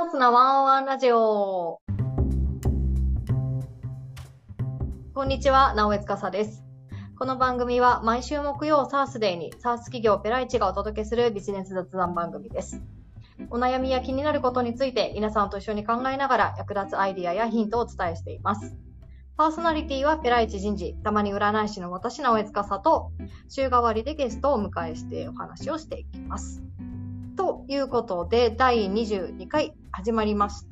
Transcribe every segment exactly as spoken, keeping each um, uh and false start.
ースなワンワンラジオ。こんにちは、直江司です。この番組は毎週木曜サースデーにサース企業ペライチがお届けするビジネス雑談番組です。お悩みや気になることについて皆さんと一緒に考えながら役立つアイディアやヒントをお伝えしています。パーソナリティはペライチ人事、たまに占い師の私、直江司と週替わりでゲストをお迎えしてお話をしていきます。ということで、だいにじゅうにかい始まりました。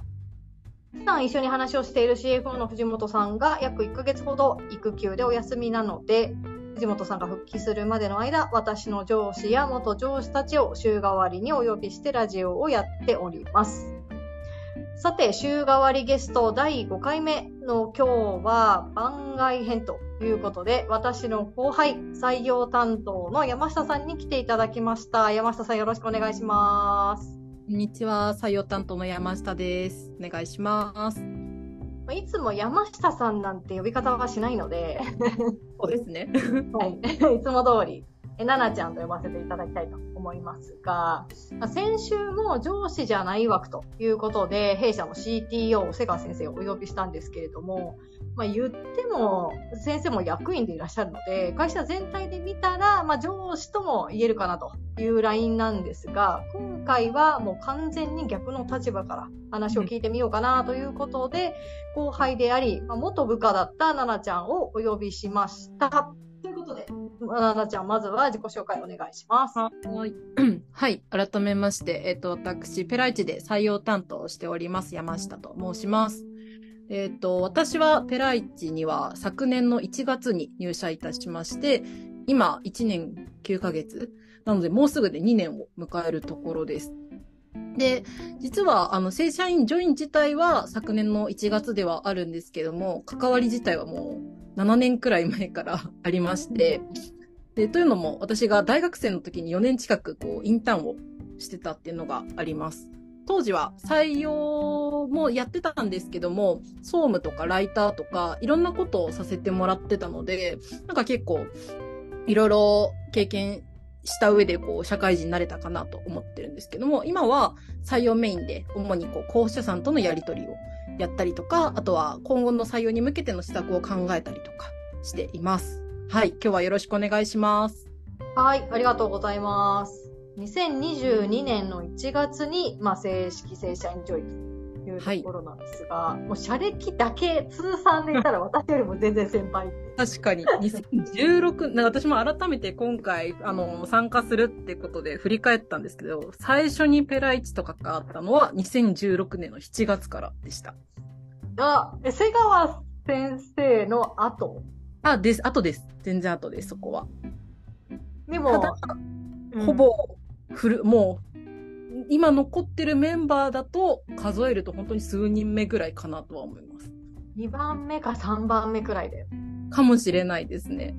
普段一緒に話をしている シーエフオー の藤本さんが約いっかげつほど育休でお休みなので、藤本さんが復帰するまでの間、私の上司や元上司たちを週替わりにお呼びしてラジオをやっております。さて、週替わりゲストだいごかいめの今日は番外編ということで、私の後輩、採用担当の山下さんに来ていただきました。山下さん、よろしくお願いします。 こんにちは、採用担当の山下です。お願いします。 いつも山下さんなんて呼び方はしないのでそうですね。 はい、いつも通りななちゃんと呼ばせていただきたいと思いますが、先週も上司じゃない枠ということで、弊社の シーティーオー 瀬川先生をお呼びしたんですけれども、まあ、言っても先生も役員でいらっしゃるので、会社全体で見たら、まあ、上司とも言えるかなというラインなんですが、今回はもう完全に逆の立場から話を聞いてみようかなということで、後輩であり、まあ、元部下だったななちゃんをお呼びしました。ということで、ななちゃん、まずは自己紹介お願いします。 はい。はい。改めまして、えっと、私、ペライチで採用担当をしております、山下と申します。えっと、私はペライチには昨年のいちがつに入社いたしまして、今、いちねんきゅうかげつ。なので、もうすぐでにねんを迎えるところです。で、実は、あの、正社員ジョイン自体は昨年のいちがつではあるんですけども、関わり自体はもうななねんくらい前からありまして、で、というのも私が大学生の時によねん近くこう、インターンをしてたっていうのがあります。当時は採用もやってたんですけども、総務とかライターとかいろんなことをさせてもらってたので、なんか結構いろいろ経験した上でこう社会人になれたかなと思ってるんですけども、今は採用メインで主にこう候補者さんとのやり取りをやったりとか、あとは今後の採用に向けての施策を考えたりとかしています。はい、今日はよろしくお願いします。 はい、ありがとうございます。にせんにじゅうにねんのいちがつに、まあ、正式正社員ジョイというところなんですが、はい、もう社歴だけ通算で言ったら私よりも全然先輩。 確かに。にせんじゅうろく、私も改めて今回、あの、参加するってことで振り返ったんですけど、最初にペライチとかがあったのはにせんじゅうろくねんのしちがつからでした。 あ、瀬川先生の後あ、です。後です。全然後です、そこは。 でも、 ただ、うん、ほぼ、フル、もう、今残ってるメンバーだと数えると本当に数人目ぐらいかなとは思います。 にばんめかさんばんめくらいで。 かもしれないですね。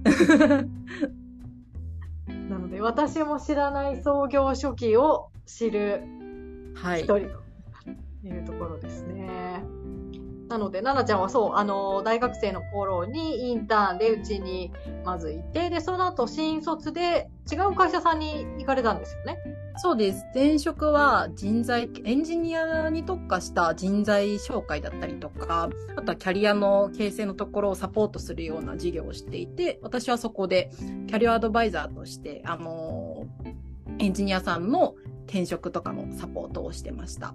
なので、私も知らない創業初期を知る一人というところですね。なので、ななちゃんはそう、あの、大学生の頃にインターンでうちにまずいて、で、その後新卒で違う会社さんに行かれたんですよね。 そうです。前職は人材、エンジニアに特化した人材紹介だったりとか、あとはキャリアの形成のところをサポートするような事業をしていて、私はそこでキャリアアドバイザーとして、あの、エンジニアさんの転職とかのサポートをしてました。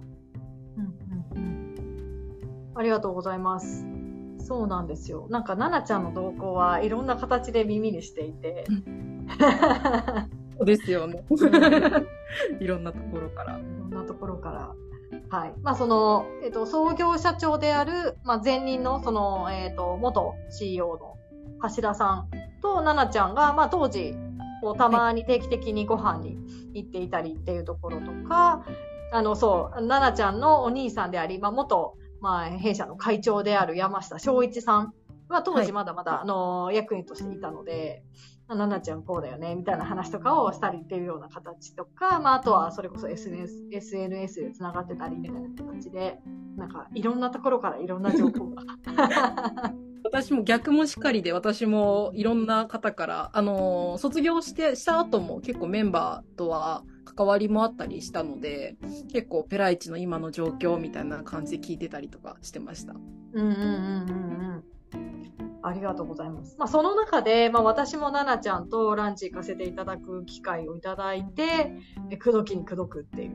ありがとうございます。そうなんですよ。なんか、ななちゃんの動向はいろんな形で耳にしていて。 そうですよね。いろんなところから。いろんなところから。はい。まあ、その、えっと、創業社長である、まあ、前任の、その、えっと、元 シーイーオー の橋田さんとななちゃんが、まあ、当時、こう、たまに定期的にご飯に行っていたりっていうところとか、あの、そう、ななちゃんのお兄さんであり、まあ、元、まあ、弊社の会長である山下正一さんは当時まだまだ、はい、あの、役員としていたので、ななちゃんこうだよね、みたいな話とかをしたりっていうような形とか、まあ、あとはそれこそ エスエヌエス、エスエヌエス で繋がってたりみたいな形で、なんかいろんなところからいろんな情報が。 私も逆もしっかりで、私もいろんな方から、あの、卒業して、した後も結構メンバーとは関わりもあったりしたので、結構ペライチの今の状況みたいな感じで聞いてたりとかしてました。 うんうんうんうんうん。ありがとうございます。まあ、その中で、まあ、私もナナちゃんとランチ行かせていただく機会をいただいて、え、口説きに口説くっていう。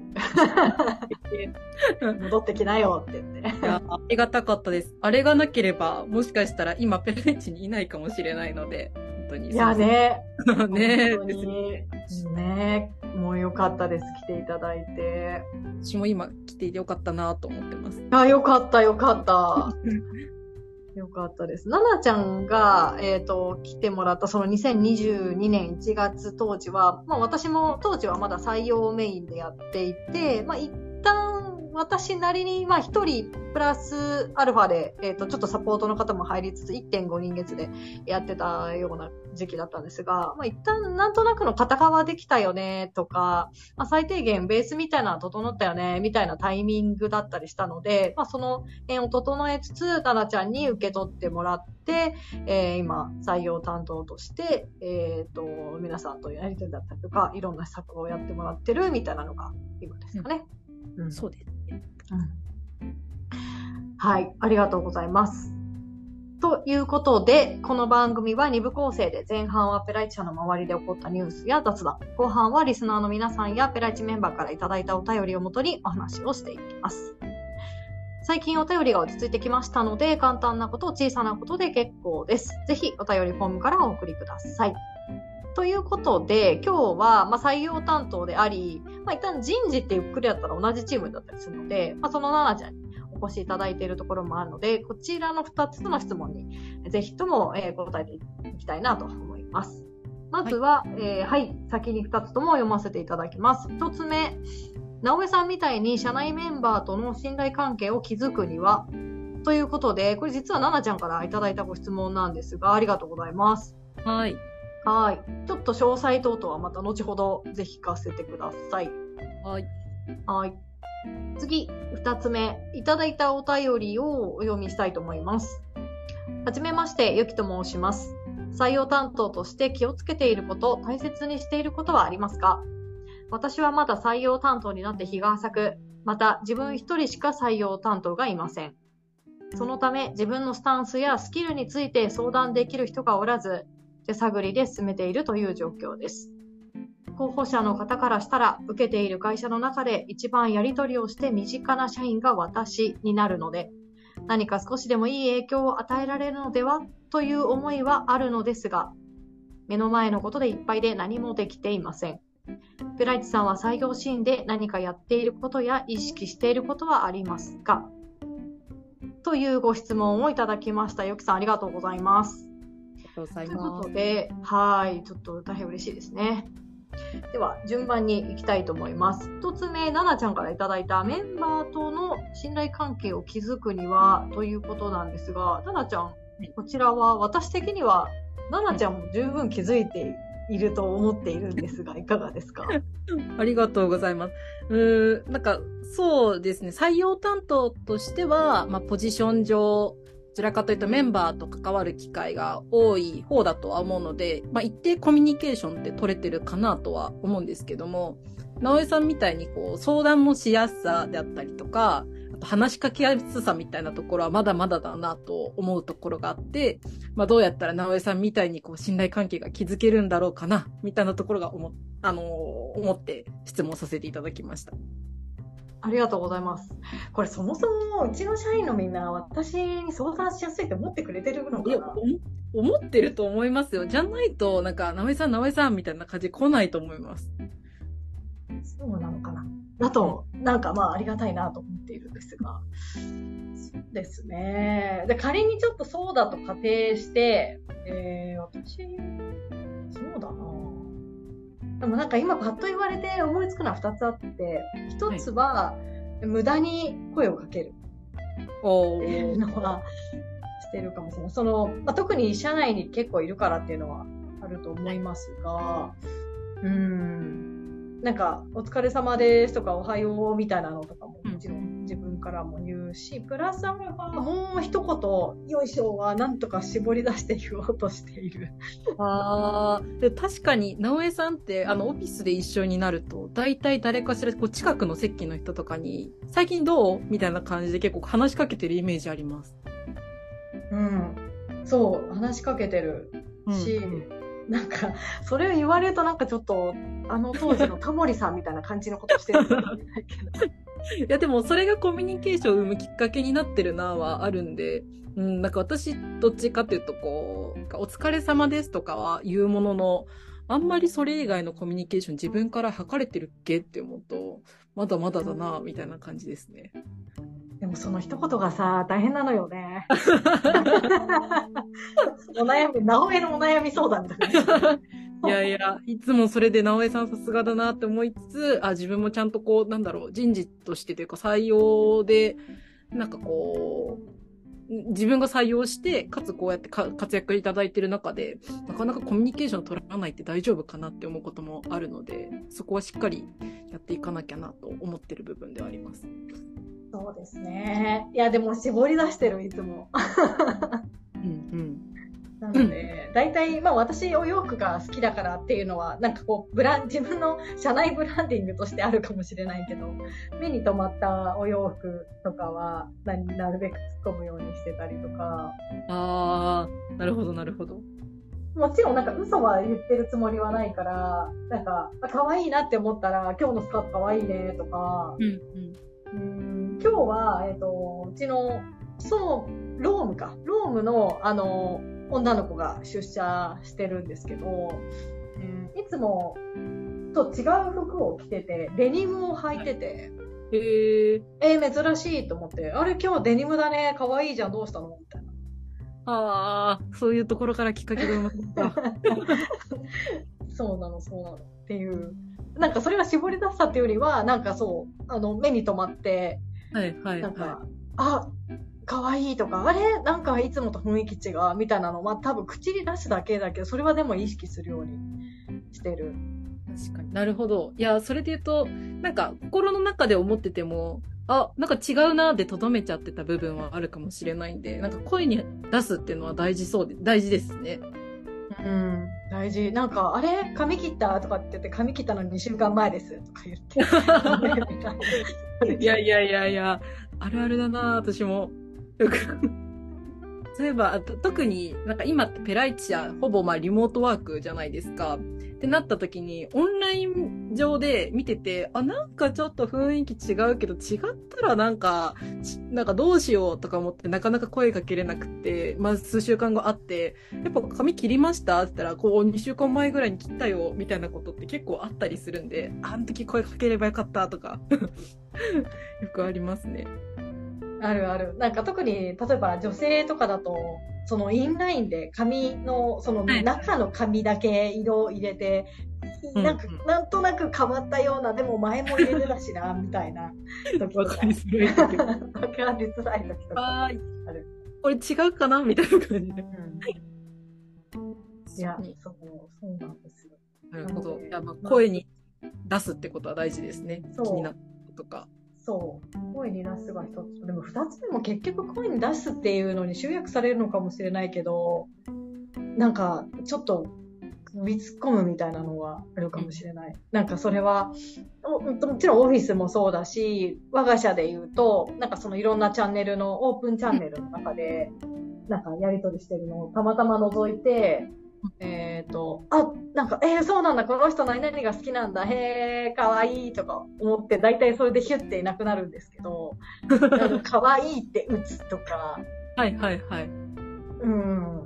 戻ってきなよって言って。 いや、ありがたかったです。あれがなければ、もしかしたら今ペライチにいないかもしれないので、本当に。 いやね。 ね本当に。ねもうよかったです。来ていただいて。 私も今来ていてよかったなと思ってます。 あ、よかったよかった。よかったです。ナナちゃんが、えっと、来てもらったそのにせんにじゅうにねんいちがつ当時は、まあ私も当時はまだ採用メインでやっていて、まあ一旦私なりに、まあ一人プラスアルファで、えっと、ちょっとサポートの方も入りつつ いってんご 人月でやってたような時期だったんですが、まあ一旦なんとなくの片側できたよねとか、まあ最低限ベースみたいなの整ったよねみたいなタイミングだったりしたので、まあその辺を整えつつ、ナナちゃんに受け取ってもらって、えー、今採用担当として、えっと、皆さんとやりとりだったりとか、いろんな施策をやってもらってるみたいなのが今ですかね。 うん、そうですね。 うん。はい、ありがとうございます。ということで、この番組はに部構成で、前半はペライチ社の周りで起こったニュースや雑談、後半はリスナーの皆さんやペライチメンバーからいただいたお便りをもとにお話をしていきます。最近お便りが落ち着いてきましたので、簡単なこと、小さなことで結構です。ぜひお便りフォームからお送りください。ということで、今日は、まあ、採用担当であり、まあ、一旦人事ってゆっくりだったら同じチームだったりするので、まあ、そのナナちゃんにお越しいただいているところもあるので、こちらのふたつの質問にぜひとも、えー、答えていきたいなと思います。まずは、はい、えーはい、先にふたつとも読ませていただきます。ひとつめ、直江さんみたいに社内メンバーとの信頼関係を築くには、ということで、これ実はナナちゃんからいただいたご質問なんですが、ありがとうございます。 はい。 はい。ちょっと詳細等々はまた後ほどぜひ聞かせてください。 はい。 はい。次、二つ目。いただいたお便りをお読みしたいと思います。はじめまして、ゆきと申します。採用担当として気をつけていること、大切にしていることはありますか？私はまだ採用担当になって日が浅く、また自分一人しか採用担当がいません。そのため、自分のスタンスやスキルについて相談できる人がおらず、手探りで進めているという状況です。候補者の方からしたら、受けている会社の中で一番やり取りをして身近な社員が私になるので、何か少しでもいい影響を与えられるのではという思いはあるのですが、目の前のことでいっぱいで何もできていません。ペライチさんは採用シーンで何かやっていることや意識していることはありますか？というご質問をいただきました。よきさん、ありがとうございます。 ということで、はい、ちょっと大変嬉しいですね。では、順番に行きたいと思います。一つ目、ナナちゃんからいただいたメンバーとの信頼関係を築くにはということなんですが、ナナちゃん、こちらは私的には、ナナちゃんも十分気づいていると思っているんですが、いかがですか？ ありがとうございます。うーん、なんか、そうですね、採用担当としては、まあ、ポジション上、どちらかというとメンバーと関わる機会が多い方だとは思うので、まあ、一定コミュニケーションって取れてるかなとは思うんですけども、直江さんみたいにこう相談のしやすさであったりとか、あと話しかけやすさみたいなところはまだまだだなと思うところがあって、まあ、どうやったら直江さんみたいにこう信頼関係が築けるんだろうかなみたいなところが思、あのー、思って質問させていただきました。 ありがとうございます。これそもそもうちの社員のみんな私に相談しやすいって思ってくれてるのかな？ 思ってると思いますよ。じゃないとなんか直江さん直江さんみたいな感じ来ないと思います。 そうなのかな。だとなんかまあありがたいなと思っているんですが、そうですね。で仮にちょっとそうだと仮定して、えー、私そうだな。でもなんか今パッと言われて思いつくのはふたつあって、ひとつは、はい、無駄に声をかけるっていうのはしてるかもしれない。その、まあ、特に社内に結構いるからっていうのはあると思いますが、うーん、なんかお疲れ様ですとかおはようみたいなのとかももちろん自分からも言うし、プラスアルファもう一言、よいしょはなんとか絞り出して言おうとしている。 ああ、で確かに、直江さんって、あの、オフィスで一緒になると、大体誰かしら、こう、近くの席の人とかに、最近どうみたいな感じで結構話しかけてるイメージあります。 うん。そう、話しかけてるし、うん、なんか、それを言われるとなんかちょっと、あの当時のタモリさんみたいな感じのことしてるんだけど。 いやでもそれがコミュニケーションを生むきっかけになってるなはあるんで、うん、なんか私どっちかっていうとこう、お疲れ様ですとかは言うものの、あんまりそれ以外のコミュニケーション自分から図れてるっけって思うと、まだまだだな、みたいな感じですね。 でもその一言がさ、大変なのよね。お悩み、直江のお悩み相談みたいな。 いやいや、いつもそれで直江さんさすがだなって思いつつ、あ、自分もちゃんとこう、なんだろう、人事としてというか採用で、なんかこう、自分が採用して、かつこうやってか活躍いただいてる中で、なかなかコミュニケーション取らないって大丈夫かなって思うこともあるので、そこはしっかりやっていかなきゃなと思ってる部分ではあります。 そうですね。いや、でも絞り出してる、いつも。 うんうん。 なので、大体、まあ私お洋服が好きだからっていうのは、なんかこう、ブラン、自分の社内ブランディングとしてあるかもしれないけど、目に留まったお洋服とかは、な, なるべく突っ込むようにしてたりとか。 あー、なるほどなるほど。 もちろんなんか嘘は言ってるつもりはないから、なんか、可愛いなって思ったら、今日のスカート可愛いねとか、 うんうんうん今日は、えっと、うちの、そう、ロームか。ロームの、あの、女の子が出社してるんですけど、えー、いつもと違う服を着てて、デニムを履いてて、 へー。 えー、珍しいと思って、あれ今日デニムだね、可愛いじゃん、どうしたのみたいな。 ああ、そういうところからきっかけが生まれた。 そうなの、そうなの。っていう。なんかそれは絞り出したっていうよりは、なんかそう、あの、目に留まって、 はいはいはい。 なんか、あ、可愛いとか、あれなんかいつもと雰囲気違うみたいなのは多分口に出すだけだけど、それはでも意識するようにしてる。 確かになるほど。いや、それで言うと、なんか心の中で思ってても、あ、なんか違うなーで留めちゃってた部分はあるかもしれないんで、なんか声に出すっていうのは大事そうで、大事ですね。 うん、大事。なんか、あれ髪切ったとかって言って、髪切ったのにしゅうかんまえですとか言って。 いやいやいやいや、あるあるだな、私も。そういえば、特になんか今ってペライチはほぼまあリモートワークじゃないですか。ってなった時にオンライン上で見てて、あ、なんかちょっと雰囲気違うけど違ったらなんか、なんかどうしようとか思ってなかなか声かけれなくて、まあ数週間後会って、やっぱ髪切りましたって言ったら、こうにしゅうかんまえぐらいに切ったよみたいなことって結構あったりするんで、あの時声かければよかったとか、よくありますね。 あるある。なんか特に、例えば女性とかだと、そのインラインで髪の、その中の髪だけ色を入れて、はい、なんか、なんとなく変わったような、でも前も入れてたしな、みたいな時とか。わかりづらい時。わかりづらい時とか。ある。 これ違うかなみたいな感じで。うん、 いや、そう、そうなんですよ。 なるほど。いや、まあ、声に出すってことは大事ですね。気になったこととか。 そう。声に出すが一つ。でも二つ目も結局声に出すっていうのに集約されるのかもしれないけど、なんかちょっと首突っ込むみたいなのはあるかもしれない。うん、なんかそれは、もちろんオフィスもそうだし、我が社で言うと、なんかそのいろんなチャンネルの、オープンチャンネルの中で、なんかやり取りしてるのをたまたま覗いて、えっと、あ、なんか、えー、そうなんだ、この人何々が好きなんだ、へー、かわいいとか思って、だいたいそれでヒュッていなくなるんですけど、かわいいって打つとか、 はいはいはい。 うん、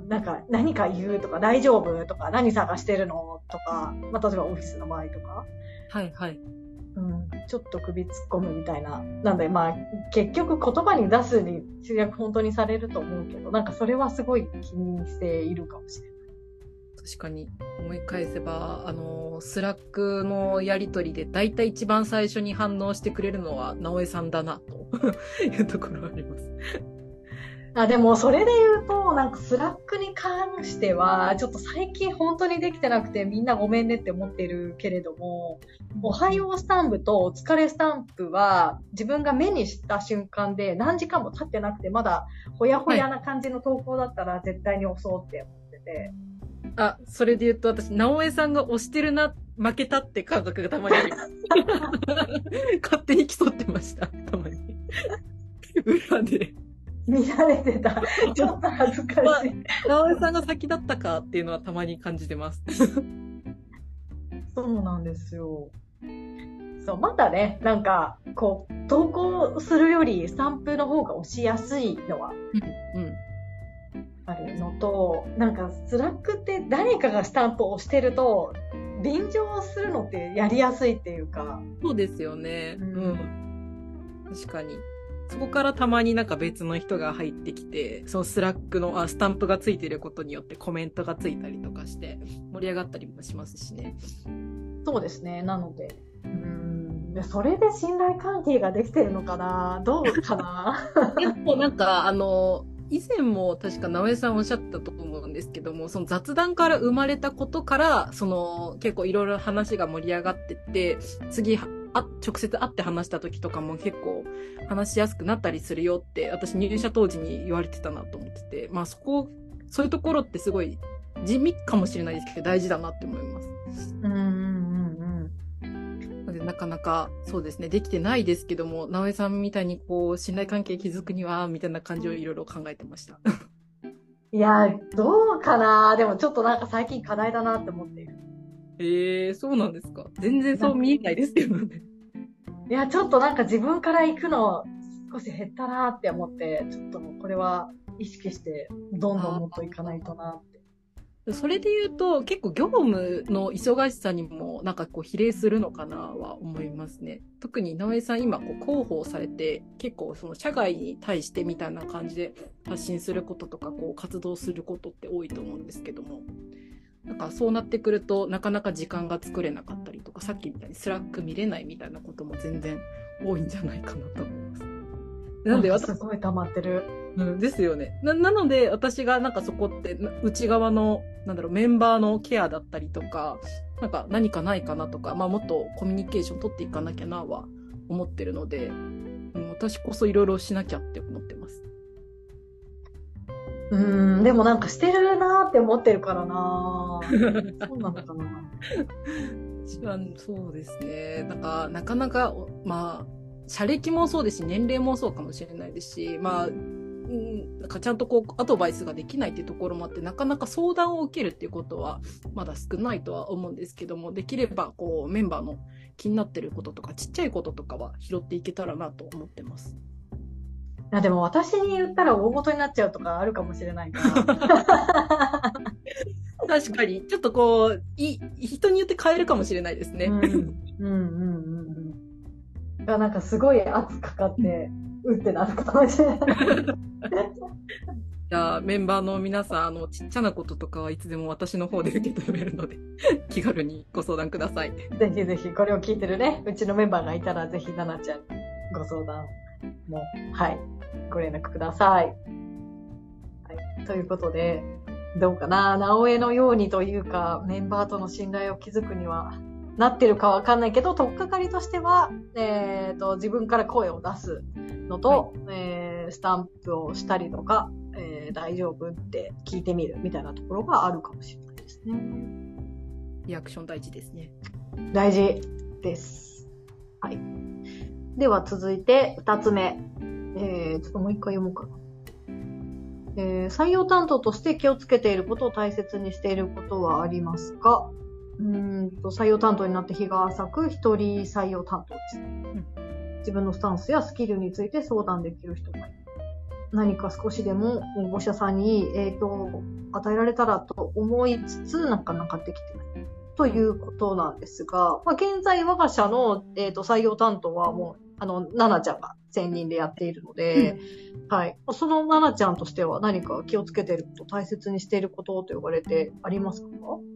なんか、何か言うとか、大丈夫とか、何探してるのとか、まあ、例えばオフィスの場合とか、 はいはい。 うん、ちょっと首突っ込むみたいな。なんで、まあ、結局言葉に出すに集約本当にされると思うけど、なんかそれはすごい気にしているかもしれない。 確かに思い返せば、あの、スラックのやりとりでだいたい一番最初に反応してくれるのは直江さんだな、というところがあります。 あ、でもそれで言うと、なんかスラックに関しては、ちょっと最近本当にできてなくてみんなごめんねって思ってるけれども、おはようスタンプとお疲れスタンプは自分が目にした瞬間で何時間も経ってなくて、まだほやほやな感じの投稿だったら絶対に押そうって思ってて。 あ、それで言うと私、直江さんが押してるな、負けたって感覚がたまにある。勝手に競ってました、たまに。裏で。 見られてた。ちょっと恥ずかしい。 直江さんが先だったかっていうのはたまに感じてます。 そうなんですよ。そう、まだね、なんか、こう、投稿するよりスタンプの方が押しやすいのは、 うん、うん。 あるのと、なんか、スラックって誰かがスタンプを押してると、便乗するのってやりやすいっていうか。 そうですよね。 うん。 うん、確かに。そこからたまになんか別の人が入ってきて、そのスラックのあスタンプがついてることによってコメントがついたりとかして盛り上がったりもしますしね。 そうですね。なので、うーん、でそれで信頼関係ができてるのかな、どうかな。 でもなんかあの以前も確か直江さんおっしゃったと思うんですけども、その雑談から生まれたことからその結構いろいろ話が盛り上がってって、次あ直接会って話した時とかも結構話しやすくなったりするよって私入社当時に言われてたなと思ってて、まあそこそういうところってすごい地味かもしれないですけど大事だなって思います。 うんうんうんうん。なのでなかなかそうですねできてないですけども、直江さんみたいにこう信頼関係築くにはみたいな感じをいろいろ考えてました。 いや、どうかな。でもちょっとなんか最近課題だなって思っている。 ええー、そうなんですか。全然そう見えないですけどね。 いや、ちょっとなんか自分から行くの少し減ったなって思って、ちょっとこれは意識してどんどんもっと行かないとなって。 それで言うと結構業務の忙しさにもなんかこう比例するのかなは思いますね。特に直江さん今こう広報されて結構その社外に対してみたいな感じで発信することとかこう活動することって多いと思うんですけども、なんかそうなってくるとなかなか時間が作れなかったりとか、さっきみたいにスラック見れないみたいなことも全然多いんじゃないかなと思います。 なんで私すごい溜まってる。 うん、ですよね。な、なので私がなんかそこって内側のなんだろうメンバーのケアだったりとか、なんか何かないかなとか、まあもっとコミュニケーション取っていかなきゃなは思ってるので、うん、私こそいろいろしなきゃって思ってます。 うーん、でもなんかしてるなーって思ってるからなー。そうなのかな。 一番そうですね。なんかなかなかまあ社歴もそうですし年齢もそうかもしれないですし、まあ、うん、なんかちゃんとこうアドバイスができないっていうところもあって、なかなか相談を受けるっていうことはまだ少ないとは思うんですけども、できればこうメンバーの気になってることとかちっちゃいこととかは拾っていけたらなと思ってます。 いやでも私に言ったら大事になっちゃうとかあるかもしれないから。 確かにちょっとこうい人によって変えるかもしれないですね。 うんうんうんうんうん。がなんかすごい圧かかってうってなるかもしれない。 じゃあメンバーの皆さん、あのちっちゃなこととかはいつでも私の方で受け止めるので気軽にご相談ください。 ぜひぜひこれを聞いてるねうちのメンバーがいたらぜひ奈々ちゃんにご相談もはいご連絡ください。はい、ということでどうかな、直江のようにというかメンバーとの信頼を築くにはなってるかわかんないけど、取っかかりとしては、えーと、自分から声を出すのと、はい、えー、スタンプをしたりとか、えー、大丈夫って聞いてみるみたいなところがあるかもしれないですね。 リアクション大事ですね。 大事です。はい。では続いて二つ目。えー、ちょっともう一回読もうかな。えー、採用担当として気をつけていることを大切にしていることはありますか？うーんと採用担当になって日が浅く一人採用担当です、うん。自分のスタンスやスキルについて相談できる人がいる。何か少しでも応募者さんに影響を与えられたらと思いつつなかなかできてないということなんですが、まあ、現在我が社の、えーと、採用担当はもうあの奈々ちゃんが専任でやっているので、うん、はい、その奈々ちゃんとしては何か気をつけていること、大切にしていることと呼ばれてありますか？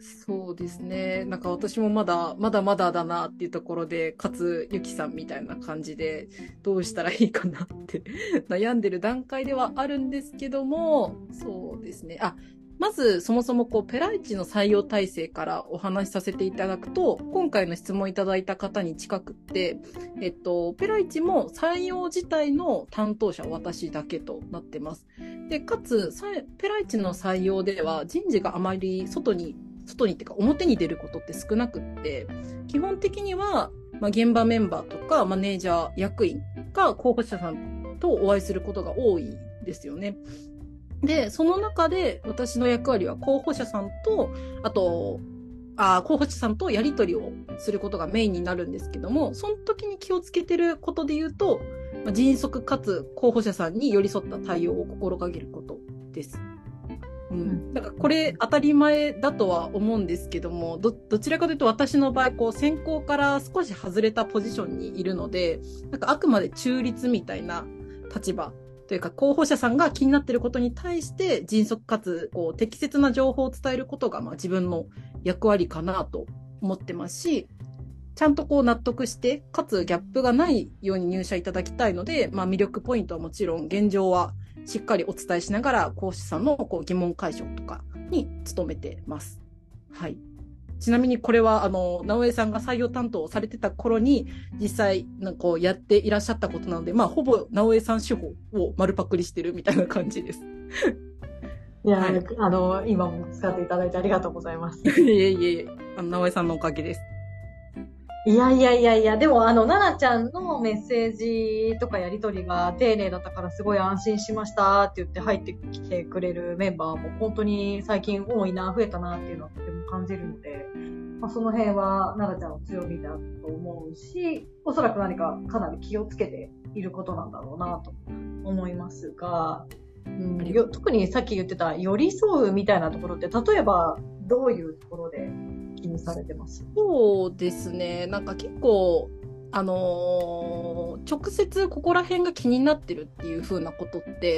そうですね。なんか私もまだ、まだまだだなっていうところで、かつ、ゆきさんみたいな感じで、どうしたらいいかなって悩んでる段階ではあるんですけども、そうですね。あ、まず、そもそもこう、ペライチの採用体制からお話しさせていただくと、今回の質問いただいた方に近くって、えっと、ペライチも採用自体の担当者は私だけとなってます。で、かつ、ペライチの採用では人事があまり外に外にっていうか表に出ることって少なくって、基本的には、まあ、現場メンバーとかマネージャー、役員が候補者さんとお会いすることが多いですよね。で、その中で私の役割は候補者さんと、あと、あ候補者さんとやり取りをすることがメインになるんですけども、その時に気をつけてることで言うと、まあ、迅速かつ候補者さんに寄り添った対応を心がけることです。うん、だからこれ当たり前だとは思うんですけども、ど、どちらかというと私の場合、こう選考から少し外れたポジションにいるので、なんかあくまで中立みたいな立場というか、候補者さんが気になっていることに対して迅速かつこう適切な情報を伝えることがまあ自分の役割かなと思ってますし、ちゃんとこう納得して、かつギャップがないように入社いただきたいので、まあ魅力ポイントはもちろん現状はしっかりお伝えしながら、講師さんのこう疑問解消とかに努めてます。はい。ちなみにこれは、あの、直江さんが採用担当されてた頃に、実際、なんかこうやっていらっしゃったことなので、まあ、ほぼ直江さん手法を丸パクリしてるみたいな感じです。 いや、はい、あの、今も使っていただいてありがとうございます。 いえいえいえ、あの、直江さんのおかげです。 いやいやいやいや、でもあの、奈々ちゃんのメッセージとかやりとりが丁寧だったからすごい安心しましたって言って入ってきてくれるメンバーも本当に最近多いな、増えたなっていうのはとても感じるので、まあ、その辺は奈々ちゃんの強みだと思うし、おそらく何かかなり気をつけていることなんだろうなと思いますが、うん、よ特にさっき言ってた寄り添うみたいなところって、例えばどういうところで気にされてます？ そうですね。なんか結構、あのー、直接ここら辺が気になってるっていう風なことって、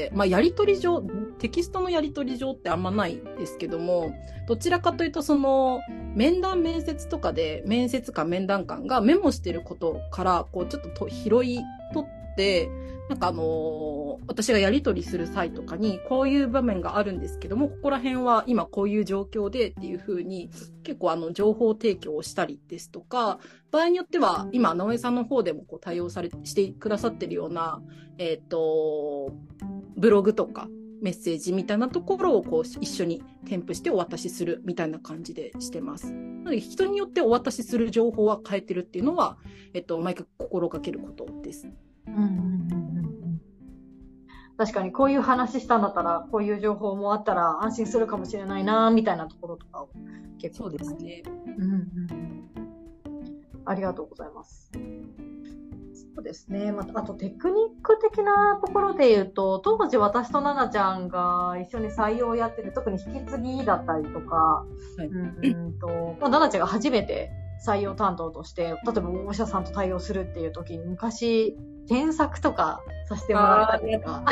まあやりとり上、テキストのやりとり上ってあんまないですけども、どちらかというとその、面談面接とかで面接官面談官がメモしてることから、こうちょっとと拾い取って、なんかあのー、私がやり取りする際とかに、こういう場面があるんですけども、ここら辺は今こういう状況でっていう風に、結構あの、情報提供をしたりですとか、場合によっては、今、直江さんの方でもこう対応されて、してくださってるような、えっと、ブログとか、メッセージみたいなところをこう一緒に添付してお渡しするみたいな感じでしてます。なので人によってお渡しする情報は変えてるっていうのは、えっと、毎回心がけることです。 うんうんうんうん確かにこういう話したんだったら、こういう情報もあったら安心するかもしれないな、みたいなところとかを結構。 そうですね。 うんうんうん。ありがとうございます。そうですね。また、あとテクニック的なところで言うと、当時私と奈々ちゃんが一緒に採用をやってる、特に引き継ぎだったりとか、はい、うんうんと、まあ、奈々ちゃんが初めて採用担当として、例えば応募者さんと対応するっていう時に、昔、添削とかさせてもらったりとか。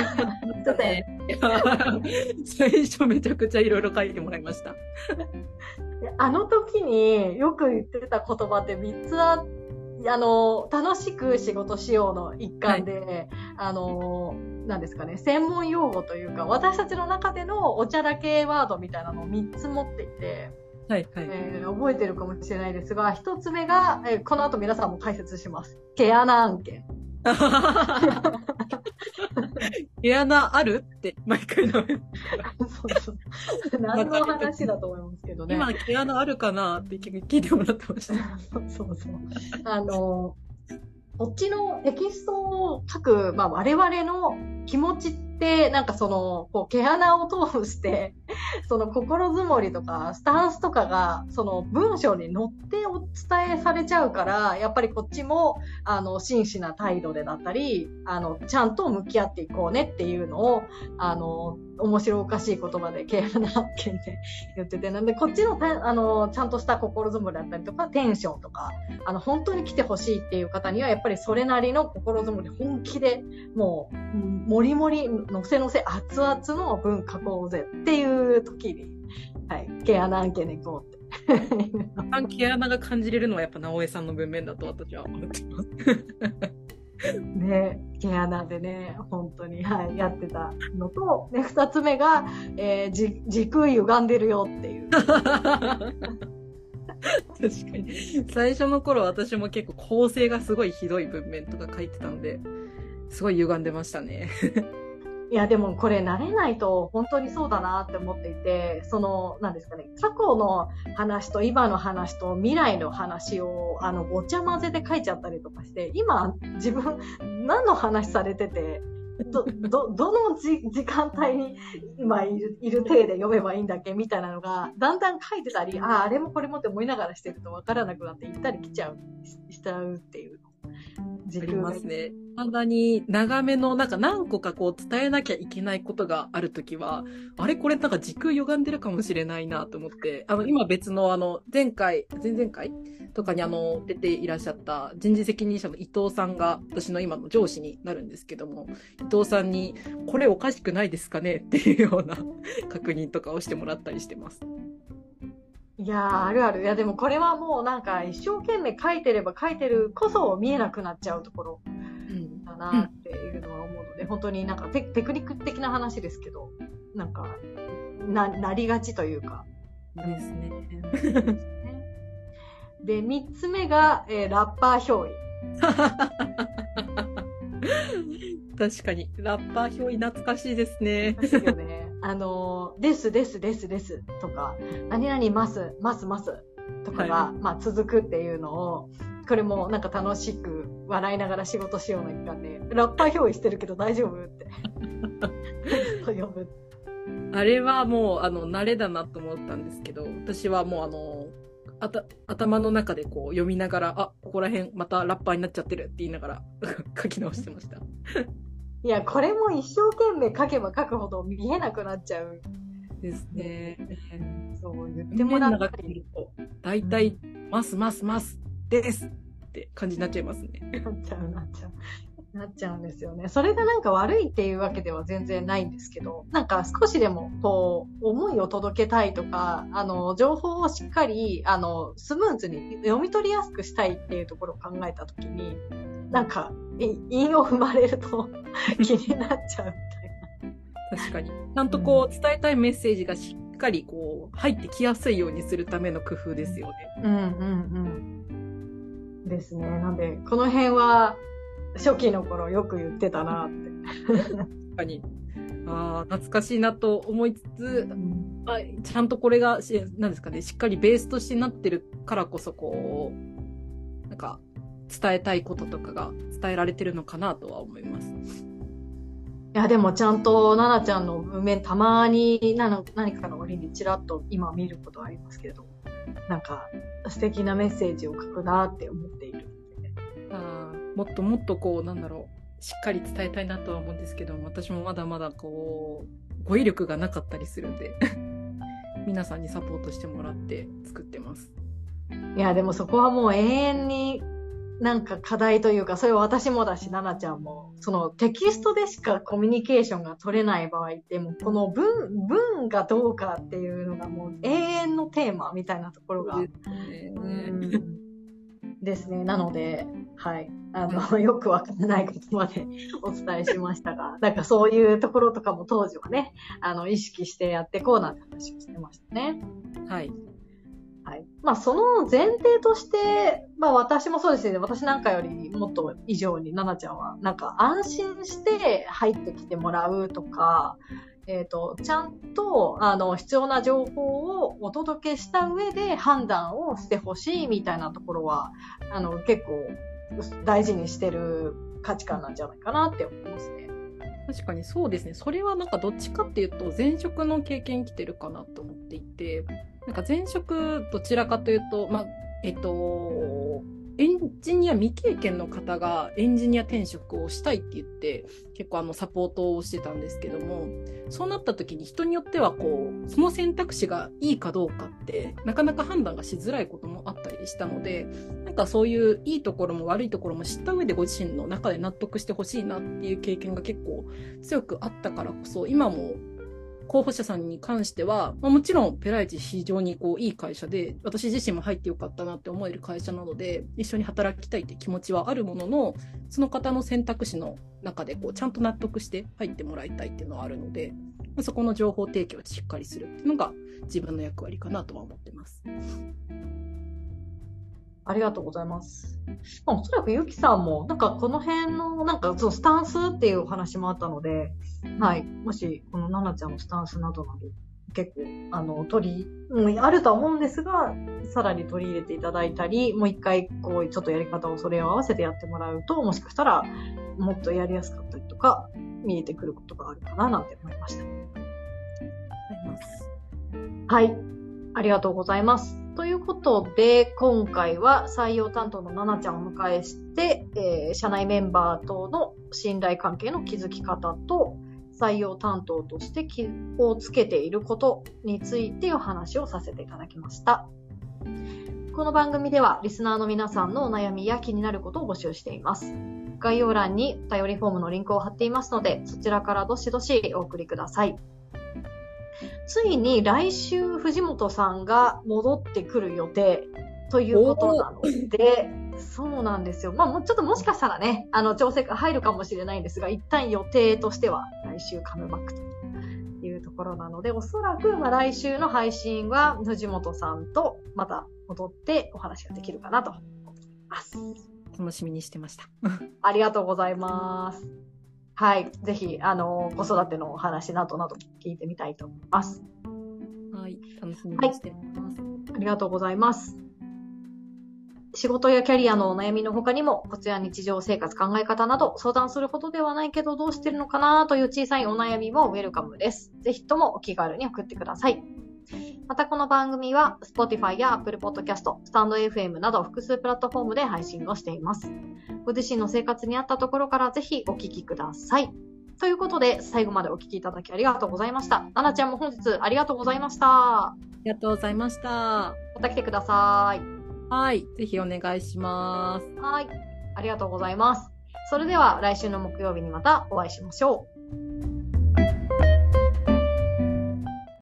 最初めちゃくちゃいろいろ書いてもらいました。 あの時によく言ってた言葉ってみっつああの、楽しく仕事しようの一環で、はい、あの、なんですかね、専門用語というか、私たちの中でのおちゃらけワードみたいなのをみっつ持っていて、はいはいえー、覚えてるかもしれないですが、ひとつめが、えー、この後皆さんも解説します。毛穴案件。 毛穴あるって毎回のそうそう何の話だと思いますけどね。 今毛穴あるかなって聞いてもらってました。 そうそう。あの、こっちのテキストを書く、まあ、我々の気持ちって、なんかその、こう、毛穴を通して、その心づもりとか、スタンスとかが、その文章に載ってお伝えされちゃうから、やっぱりこっちも、あの、真摯な態度でだったり、あの、ちゃんと向き合っていこうねっていうのを、あの、面白おかしい言葉で毛穴案件で言ってて、なんでこっちのたあのちゃんとした心づもりだったりとかテンションとかあの本当に来てほしいっていう方にはやっぱりそれなりの心づもり本気でもうもりもりのせのせ熱々の文書こうぜっていう時に、はい、毛穴案件で行こうって毛穴が感じれるのはやっぱ直江さんの文面だと私は思ってます。 ね、毛穴でね、本当に、はい、やってたのと、で、二つ目が、えー、じ時空歪んでるよっていう。 確かに。最初の頃私も結構構成がすごいひどい文面とか書いてたんで、すごい歪んでましたね。 いや、でもこれ慣れないと本当にそうだなって思っていて、その、なんですかね、過去の話と今の話と未来の話を、あの、ごちゃ混ぜで書いちゃったりとかして、今、自分、何の話されてて、ど、ど、どのじ時間帯に今いる、いる体で読めばいいんだっけみたいなのが、だんだん書いてたり、ああ、あれもこれもって思いながらしてると分からなくなって行ったり来ちゃう、しちゃうっていう。 ありますね。ただに長めのなんか何個かこう伝えなきゃいけないことがあるときは、あれこれなんか時空歪んでるかもしれないなと思って、あの今別のあの前回、前々回とかにあの出ていらっしゃった人事責任者の伊藤さんが私の今の上司になるんですけども、伊藤さんにこれおかしくないですかねっていうような確認とかをしてもらったりしてます。 いやー、あるある。いや、でもこれはもうなんか一生懸命書いてれば書いてるこそ見えなくなっちゃうところだなっていうのは思うので、うん、本当になんかテ, テクニック的な話ですけど、なんか、な、なりがちというか。 ですね。 で、三つ目が、えー、ラッパー憑依。 確かに。ラッパー憑依懐かしいですね。 ですよね。あの、ですですですですとか、何々ますますますとかが、はい、まあ続くっていうのを、これもなんか楽しく笑いながら仕事しようの一環で、ラッパー憑依してるけど大丈夫って呼ぶ。 あれはもうあの慣れだなと思ったんですけど、私はもうあのあた頭の中でこう読みながら、あ、ここら辺またラッパーになっちゃってるって言いながら書き直してました。 いや、これも一生懸命書けば書くほど見えなくなっちゃう。 ですね。 そう言ってもらったり。 だいたい、ますますますですって感じになっちゃいますね。 なっちゃう、なっちゃう。なっちゃうんですよね。それがなんか悪いっていうわけでは全然ないんですけど、なんか少しでもこう、思いを届けたいとか、あの、情報をしっかり、あの、スムーズに読み取りやすくしたいっていうところを考えたときに、なんか、韻を踏まれると気になっちゃうみたいな。確かに。ちゃんとこう、伝えたいメッセージがしっかりこう、入ってきやすいようにするための工夫ですよね。 うんうんうん。ですね。なんで、この辺は、初期の頃よく言ってたなって。 確かに。ああ、懐かしいなと思いつつ、あ、ちゃんとこれが、なんですかね、しっかりベースとしてなってるからこそ、こう、なんか、伝えたいこととかが伝えられてるのかなとは思います。いや、でもちゃんと、ななちゃんの文面、たまに何かの折にちらっと今見ることはありますけれど、なんか、素敵なメッセージを書くなって思っている。 あ、もっともっとこうなんだろうしっかり伝えたいなとは思うんですけども、私もまだまだこう語彙力がなかったりするんで皆さんにサポートしてもらって作ってます。 いやでもそこはもう永遠になんか課題というか、それは私もだしななちゃんも、そのテキストでしかコミュニケーションが取れない場合ってもうこの文文がどうかっていうのがもう永遠のテーマみたいなところがですね。なので、はい。あの、よくわからないことまでお伝えしましたが、なんかそういうところとかも当時はね、あの、意識してやっていこうなんて話をしてましたね。 はい。 はい。まあ、その前提として、まあ私もそうですね。私なんかよりもっと以上に、ななちゃんは、なんか安心して入ってきてもらうとか、えっと、ちゃんと、あの、必要な情報をお届けした上で判断をしてほしいみたいなところは、あの、結構大事にしてる価値観なんじゃないかなって思いますね。 確かにそうですね。それはなんかどっちかっていうと前職の経験来てるかなと思っていて、なんか前職どちらかというと、まあ、えっと、エンジニア未経験の方がエンジニア転職をしたいって言って結構あのサポートをしてたんですけども、そうなった時に人によってはこうその選択肢がいいかどうかってなかなか判断がしづらいこともあったりしたので、なんかそういういいところも悪いところも知った上でご自身の中で納得してほしいなっていう経験が結構強くあったからこそ、今も候補者さんに関しては、まあ、もちろんペライチ非常にこういい会社で、私自身も入ってよかったなって思える会社なので、一緒に働きたいって気持ちはあるものの、その方の選択肢の中でこうちゃんと納得して入ってもらいたいっていうのはあるので、まあ、そこの情報提供をしっかりするっていうのが自分の役割かなとは思ってます。 ありがとうございます。まあ、おそらくゆきさんも、なんかこの辺の、なんかそう、スタンスっていうお話もあったので、はい。もし、このななちゃんのスタンスなどなど、結構、あの、取り、うん、あるとは思うんですが、さらに取り入れていただいたり、もう一回、こう、ちょっとやり方をそれを合わせてやってもらうと、もしかしたら、もっとやりやすかったりとか、見えてくることがあるかな、なんて思いました。ありがとうございます。 はい。ありがとうございます。ということで、今回は採用担当のななちゃんをお迎えして、えー、社内メンバーとの信頼関係の築き方と、採用担当として気をつけていることについてお話をさせていただきました。この番組では、リスナーの皆さんのお悩みや気になることを募集しています。概要欄にお便りフォームのリンクを貼っていますので、そちらからどしどしお送りください。ついに来週藤本さんが戻ってくる予定ということなので、そうなんですよ。まあもうちょっともしかしたらね、あの調整が入るかもしれないんですが、一旦予定としては来週カムバックというところなので、おそらくまあ来週の配信は藤本さんとまた戻ってお話ができるかなと思います。 楽しみにしてました。 ありがとうございます。はい。ぜひ、あの、子育てのお話などなど聞いてみたいと思います。 はい。楽しみにしてます。はい、 ありがとうございます。仕事やキャリアのお悩みの他にも、こちら日常生活考え方など相談するほどではないけどどうしてるのかなという小さいお悩みもウェルカムです。ぜひともお気軽に送ってください。またこの番組は Spotify や Apple Podcast、Stand エフエム など複数プラットフォームで配信をしています。ご自身の生活に合ったところからぜひお聞きください。ということで最後までお聞きいただきありがとうございました。ななちゃんも本日ありがとうございました。 ありがとうございました。また来てください。 はい。ぜひお願いします。 はい。ありがとうございます。それでは来週の木曜日にまたお会いしましょう。